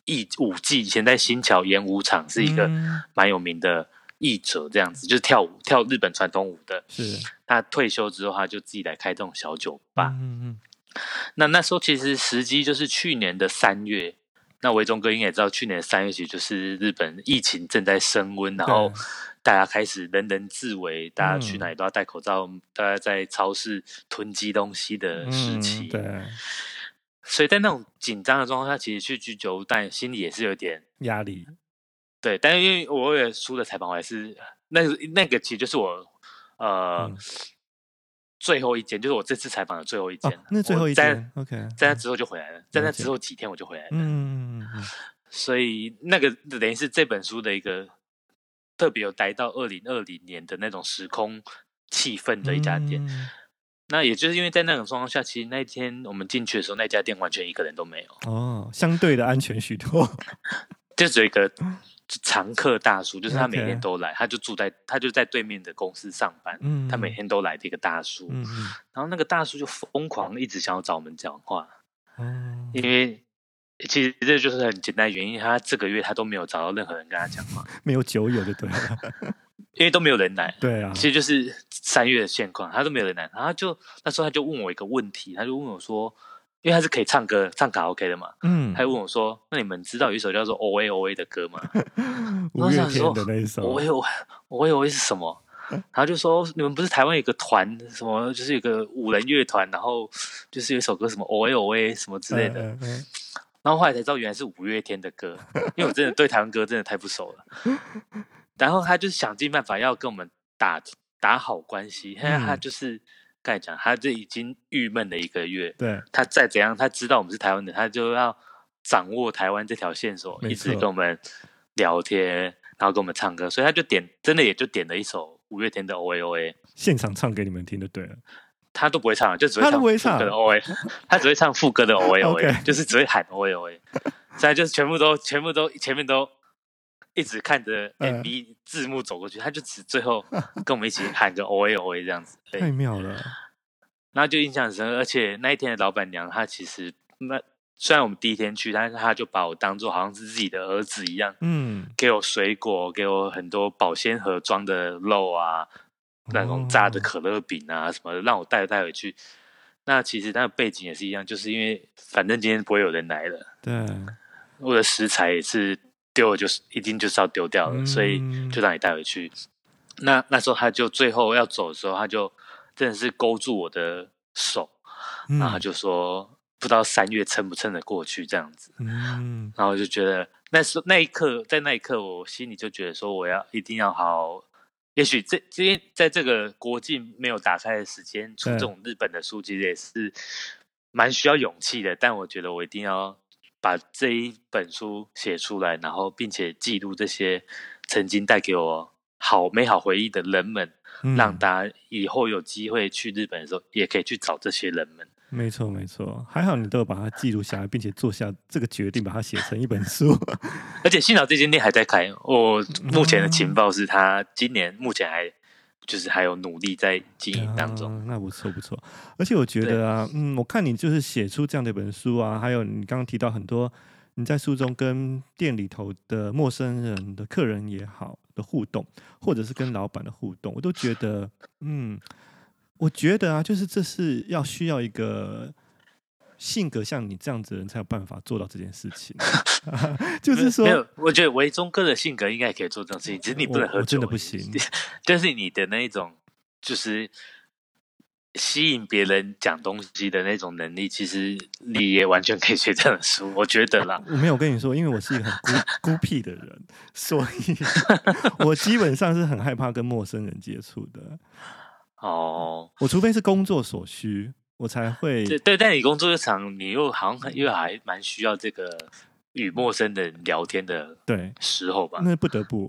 译舞伎，以前在新桥演舞场是一个蛮有名的译者，这样子就是跳舞跳日本传统舞的。 是， 他退休之后，他就自己来开这种小酒吧。 嗯嗯那那时候其实时机就是去年的三月。那维中哥应该也知道，去年三月其实就是日本疫情正在升温，然后大家开始人人自危，大家去哪里都要戴口罩，嗯、大家在超市囤积东西的时期。 嗯、对， 所以在那种紧张的状况下，其实去居酒屋，但心里也是有点压力。 对，但是因为我也输的采访，我还是那个那个其实就是我呃。嗯最后一间就是我这次采访的最后一间、 哦，那最后一间 ，OK， 在那之后就回来了，在那之后几天我就回来了， 嗯嗯嗯嗯， 所以那个等于是这本书的一个特别有待到二零二零年的那种时空气氛的一家店。嗯、那也就是因为在那种状况下，其实那一天我们进去的时候，那家店完全一个人都没有， 哦，相对的安全许多， 就只有一个。常客大叔，就是他每天都来， okay. 他就住在他就在对面的公司上班，嗯、他每天都来的一个大叔，嗯、然后那个大叔就疯狂一直想要找我们讲话，嗯、因为其实这就是很简单的原因，他这个月他都没有找到任何人跟他讲话， 没有酒友就对了， 因为都没有人来， 对啊， 其实就是三月的现况，他都没有人来，然后他就那时候他就问我一个问题，他就问我说。因为他是可以唱歌、唱卡拉 OK 的嘛，嗯，他就问我说：“那你们知道有一首叫做《O A O A》的歌吗？” 五月天的那一首 ，O A O A O A 是什么？然后就说你们不是台湾有个团，什么就是有个五人乐团，然后就是有一首歌什么 O A O A 什么之类的。嗯嗯、然后后来才知道原来是五月天的歌，因为我真的对台湾歌真的太不熟了。然后他就是想尽办法要跟我们打打好关系，因为他就是。刚才讲，他就已经郁闷了一个月。 对， 他再怎样，他知道我们是台湾人，他就要掌握台湾这条线索，一直跟我们聊天，然后跟我们唱歌。所以他就点，真的也就点了一首五月天的 O A O A， 现场唱给你们听就对了。 他都不会唱，就只会唱副歌的 O A， 他只会唱副歌的 O A O A， 就是只会喊 O A O A。所以就是全部都、全部都、前面都。一直看着 M V 字幕走过去，嗯、他就只最后跟我们一起喊个 O A O A 这样子， 太妙了。 然后就印象很深，而且那一天的老板娘，她其实那虽然我们第一天去，但是她就把我当做好像是自己的儿子一样，嗯，给我水果，给我很多保鲜盒装的肉啊，那种炸的可乐饼啊什么的，让我带带回去。那其实它的背景也是一样，就是因为反正今天不会有人来了， 对， 我的食材也是。丢了就是一定就是要丢掉了，嗯、所以就让你带回去。那那时候他就最后要走的时候，他就真的是勾住我的手，嗯、然后他就说不知道三月撑不撑得过去这样子。嗯，然后我就觉得那时候那一刻，在那一刻我心里就觉得说我要一定要好好。也许这因为在这个国境没有打开的时间，出这种日本的书其实也是蛮需要勇气的，但我觉得我一定要。把这一本书写出来，然后并且记录这些曾经带给我好美好回忆的人们，嗯、让大家以后有机会去日本的时候，也可以去找这些人们。 没错，没错，还好你都有把它记录下来，并且做下这个决定，把它写成一本书。 而且幸好这间店还在开，我目前的情报是他今年目前还。就是还有努力在经营当中、 啊，那不错不错。而且我觉得啊，嗯，我看你就是写出这样的一本书啊，还有你刚刚提到很多你在书中跟店里头的陌生人的客人也好的互动，或者是跟老板的互动，我都觉得，嗯，我觉得啊，就是这是要需要一个性格像你这样子的人才有办法做到这件事情。就是说， 没有，我觉得维中哥的性格应该可以做这种事情，只是你不能喝酒， 真的不行。 就是你的那一种，就是吸引别人讲东西的那种能力，其实你也完全可以学这本书，我觉得啦。 我没有跟你说，因为我是一个很孤孤僻的人，所以我基本上是很害怕跟陌生人接触的。哦，我除非是工作所需。我才会对对，但你工作场，你又好像又还蛮需要这个与陌生人聊天的对时候吧？ 那不得不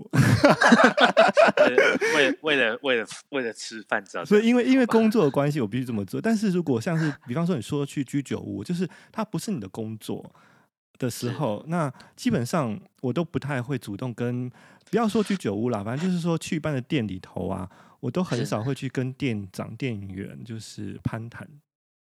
为了为了为了为了吃饭，知道？ 所以因为因为工作的关系，我必须这么做。但是如果像是比方说你说去居酒屋，就是它不是你的工作的时候，那基本上我都不太会主动跟，不要说居酒屋啦，反正就是说去一般的店里头啊，我都很少会去跟店长、店员就是攀谈。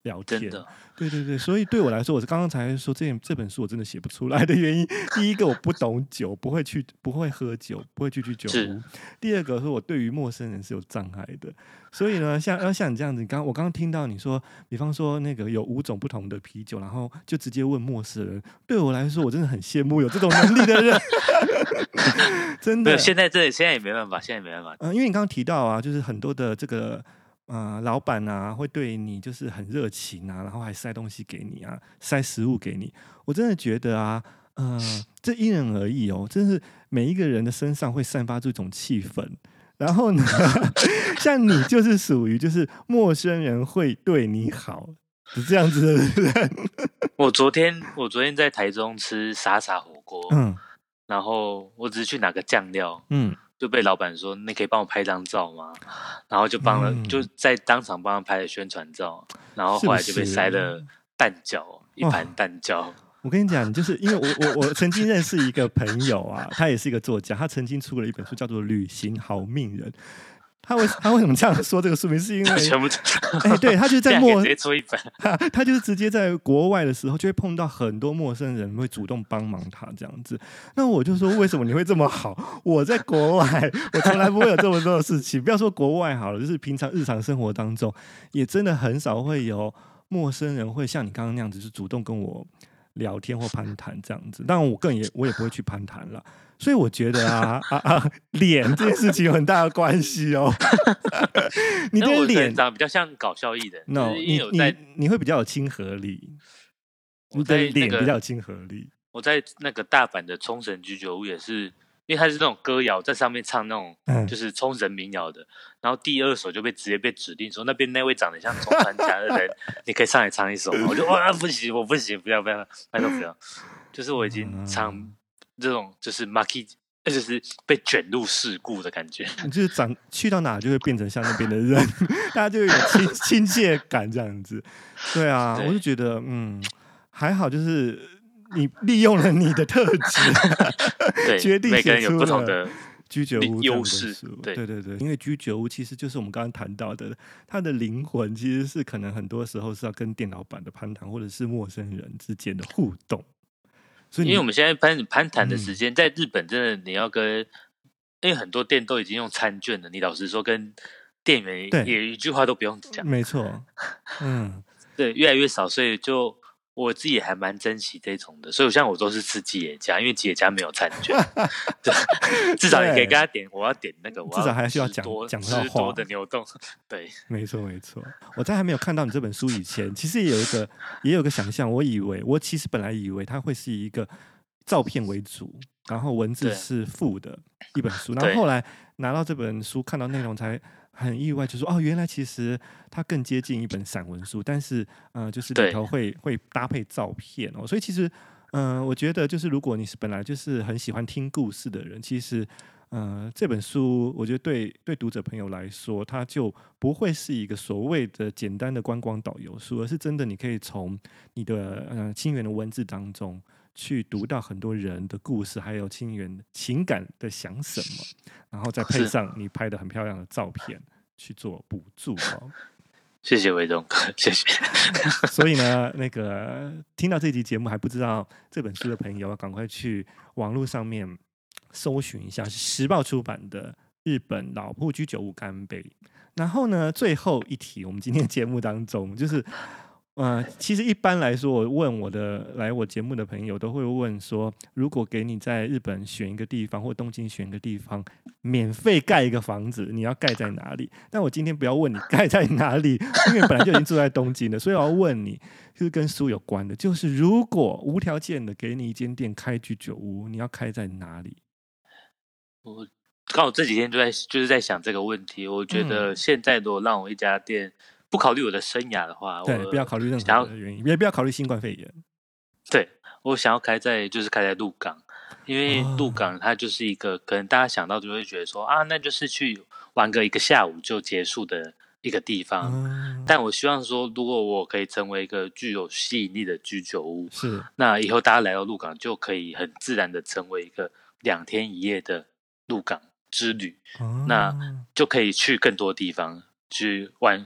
聊天。 真的， 对对对，所以对我来说，我刚刚才说这这本书我真的写不出来的原因，第一个我不懂酒，不会去不会喝酒，不会去居酒屋；第二个是我对于陌生人是有障碍的。所以呢，像要像你这样子，刚我刚刚听到你说，比方说那个有五种不同的啤酒，然后就直接问陌生人，对我来说，我真的很羡慕有这种能力的人。真的， 现在这现在也没办法，现在也没办法。 嗯、呃，因为你刚刚提到啊，就是很多的这个呃老板啊，会对你就是很热情啊，然后还塞东西给你啊，塞食物给你。我真的觉得啊，呃，这因人而异哦，真是每一个人的身上会散发出一种气氛。然后呢，像你就是属于就是陌生人会对你好是这样子的人。 我昨天我昨天在台中吃沙茶火锅，嗯，然后我只是去拿个酱料，嗯，就被老板说你可以帮我拍张照吗？然后就帮了，嗯、就在当场帮他拍了宣传照，然后后来就被塞了蛋饺，一盘蛋饺。 我跟你讲，就是因为我我我曾经认识一个朋友啊，他也是一个作家，他曾经出了一本书叫做《旅行好命人》。他为他为什么这样说这个书名？是因为全部哎，对他就是在陌直接出一本他，他就是直接在国外的时候，就会碰到很多陌生人会主动帮忙他这样子。那我就说，为什么你会这么好？我在国外，我从来不会有这么多的事情。不要说国外好了，就是平常日常生活当中，也真的很少会有陌生人会像你刚刚那样子，是主动跟我聊天或攀谈这样子。当然，我个人也我也不会去攀谈了。所以我觉得啊啊啊，脸这件事情有很大的关系哦。你的脸长比较像搞笑艺人 ，no， 你你你会比较有亲和力，你的脸比较有亲和力。 我在那个大阪的冲绳居酒屋也是，因为他是那种歌谣在上面唱那种就是冲绳民谣的，然后第二首就被直接被指定说那边那位长得像中川家的人，你可以上来唱一首吗？我就哇不行，我不行，不要不要，拜托不要，就是我已经唱。嗯这种就是 marky， 就是被卷入事故的感觉。 你就是长去到哪就会变成像那边的人，大家就有亲亲切感这样子。对啊，对我就觉得嗯还好，就是你利用了你的特质， 对， 决定每个人有不同的居酒屋优势。 对对对对，因为居酒屋其实就是我们刚刚谈到的，它的灵魂其实是可能很多时候是要跟店老板的攀谈，或者是陌生人之间的互动。 所以因为我们现在攀攀谈的时间，嗯、在日本真的你要跟，因为很多店都已经用餐券了，你老实说跟店员也一句话都不用讲， 没错，嗯， 对，越来越少，所以就我自己也还蛮珍惜这种的，所以像我都是吃吉野家，因为吉野家没有餐券，至少你可以跟他点，我要点那个，我至少还需要讲讲到话多的牛冻，对， 没错没错。我在还没有看到你这本书以前，其实也有一个也有个想象，我以为我其实本来以为它会是一个照片为主，然后文字是副的一本书，然后后来拿到这本书看到内容才很意外，就说哦，原来其实它更接近一本散文书，但是呃，就是里头会会搭配照片哦，所以其实呃，我觉得就是如果你是本来就是很喜欢听故事的人，其实呃这本书我觉得对对读者朋友来说，它就不会是一个所谓的简单的观光导游书，而是真的你可以从你的呃清源的文字当中去读到很多人的故事，还有清源情感的想什么，然后再配上你拍的很漂亮的照片去做补助哦。 谢谢伟忠哥，谢谢。 所以呢，那个听到这集节目还不知道这本书的朋友，要赶快去网络上面搜寻一下，是时报出版的《日本老铺居酒屋干杯》。然后呢，最后一题，我们今天节目当中就是。呃，其实一般来说，我问我的来我节目的朋友都会问说，如果给你在日本选一个地方，或东京选一个地方，免费盖一个房子，你要盖在哪里？但我今天不要问你盖在哪里，因为本来就已经住在东京了，所以我要问你，就是跟书有关的，就是如果无条件的给你一间店开居酒屋，你要开在哪里？ 我刚好这几天就在就是在想这个问题，我觉得现在如果让我一家店。不考虑我的生涯的话， 对，不要考虑任何的原因，也不要考虑新冠肺炎。 对，我想要开在就是开在鹿港，因为鹿港它就是一个、哦、可能大家想到就会觉得说啊，那就是去玩个一个下午就结束的一个地方。嗯、但我希望说，如果我可以成为一个具有吸引力的居酒屋， 是， 那以后大家来到鹿港就可以很自然的成为一个两天一夜的鹿港之旅，哦、那就可以去更多地方去玩。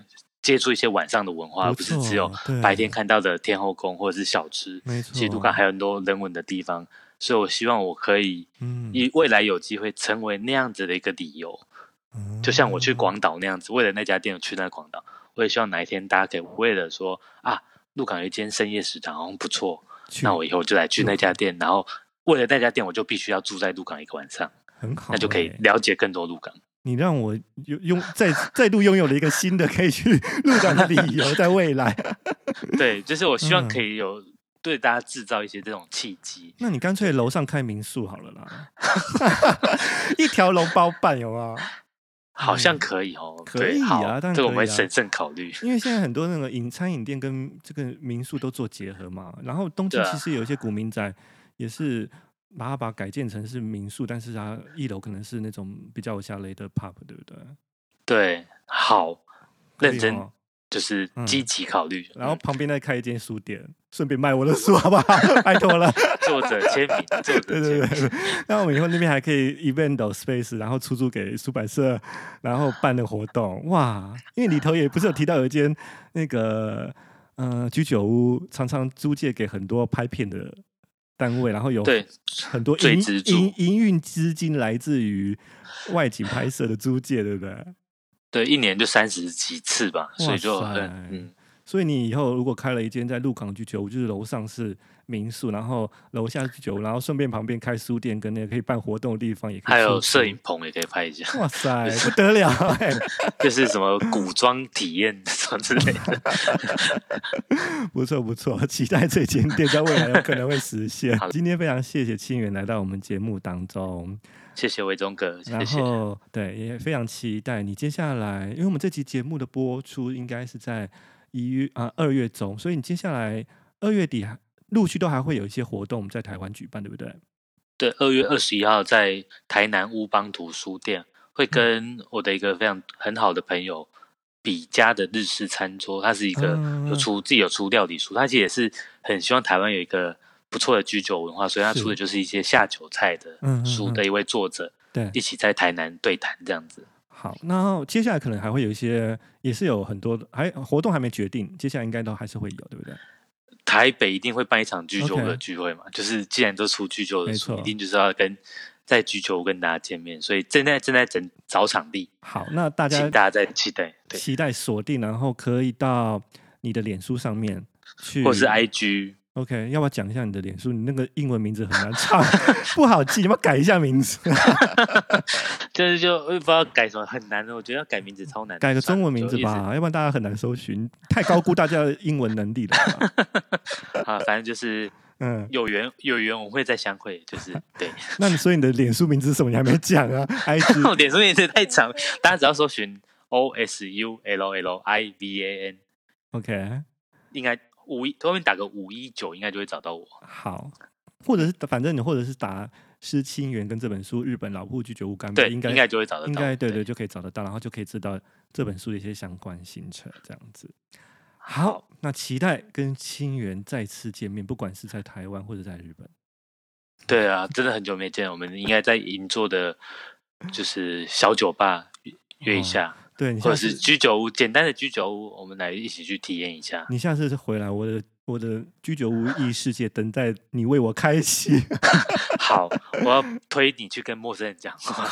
接触一些晚上的文化，而不是只有白天看到的天后宫或者是小吃。其实鹿港还有很多人文的地方，所以我希望我可以，以未来有机会成为那样子的一个理由。嗯、就像我去广岛那样子，为了那家店我去那广岛，我也希望哪一天大家可以为了说啊，鹿港有一间深夜食堂好像不错，那我以后就来去那家店，然后为了那家店我就必须要住在鹿港一个晚上， 很好、欸， 那就可以了解更多鹿港。 你让我用再再度拥有了一个新的可以去鹿港的理由，在未来。 对，就是我希望可以有对大家制造一些这种契机。 那你干脆楼上开民宿好了啦，一条龙包办有吗？ 好像可以哦， 可以啊，但这个我们会审慎考虑。 因为现在很多那个饮餐饮店跟这个民宿都做结合嘛，然后东京其实有一些古民宅也是把它把它改建成是民宿，但是它一楼可能是那种比较有下雷的 pub， 对不对？ 对，好，认真就是积极考虑、 嗯，然后旁边再开一间书店，顺便卖我的书，好不好？拜托了， 作者签名，作者签名。对对对， 那我们以后那边还可以 event space， 然后出租给出版社，然后办的活动，哇！因为里头也不是有提到有一间那个呃居酒屋，常常租借给很多拍片的单位，然后有很多营营营运资金来自于外景拍摄的租借，对不对？ 对，一年就三十几次吧，所以就很嗯。 所以你以后如果开了一间在鹿港居酒屋，就是楼上是民宿，然后楼下是居酒屋，然后顺便旁边开书店跟那个可以办活动的地方，也可以， 还有摄影棚也可以拍一下。 哇塞，不得了哎、欸！ 就是什么古装体验什么之类的。 不错不错，期待这间店在未来有可能会实现。今天非常谢谢清源来到我们节目当中。 谢谢伟忠哥， 然后对，也非常期待你接下来，因为我们这期节目的播出应该是在一月啊二月中，所以你接下来二月底陆续都还会有一些活动，我们在台湾举办，对不对？ 对，二月二十一号在台南乌邦图书店，会跟我的一个非常很好的朋友比家的日式餐桌，他是一个有出自己有出料理书，他其实也是很希望台湾有一个不错的居酒文化，所以他出的就是一些下酒菜的书的一位作者，对、嗯嗯嗯，一起在台南对谈这样子。 好，那接下来可能还会有一些，也是有很多还活动还没决定，接下来应该都还是会有，对不对？ 台北一定会办一场居酒屋的聚会嘛， okay. 就是既然都出居酒的书，一定就是要跟在居酒屋跟大家见面，所以正在正在整找场地。 好，那大家请大家在期待，对期待锁定，然后可以到你的脸书上面去， 或是 I G。OK， 要不要讲一下你的脸书？你那个英文名字很难唱，不好记，要不要改一下名字？ 就是就不知道改什么，很难的。我觉得要改名字超难的， 改个中文名字吧，要不然大家很难搜寻，太高估大家的英文能力了。 好，反正就是嗯，有缘有缘我们会再相会，就是对。 那你所以你的脸书名字是什么？你还没讲啊 ？I G 脸书名字太长，大家只要搜寻 O S U L L I V A N，OK， 应该。五一后面打个五一九，应该就会找到我。 好，或者是反正你或者是打施清源跟这本书《日本老铺居酒屋干杯》，应该应该就会找得到， 应该对 对, 对就可以找得到，然后就可以知道这本书的一些相关行程，这样子。好，那期待跟清源再次见面，不管是在台湾或者在日本。 对啊，真的很久没见，我们应该在银座的，就是小酒吧约一下。哦对， 或者是居酒屋，简单的居酒屋，我们来一起去体验一下。 你下次回来，我的我的居酒屋异世界等待你为我开启。 好，我要推你去跟陌生人讲话。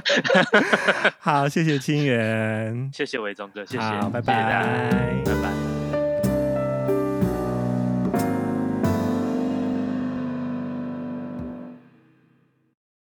好，谢谢清源， 谢谢伟忠哥，谢谢， 好，拜拜， 拜拜。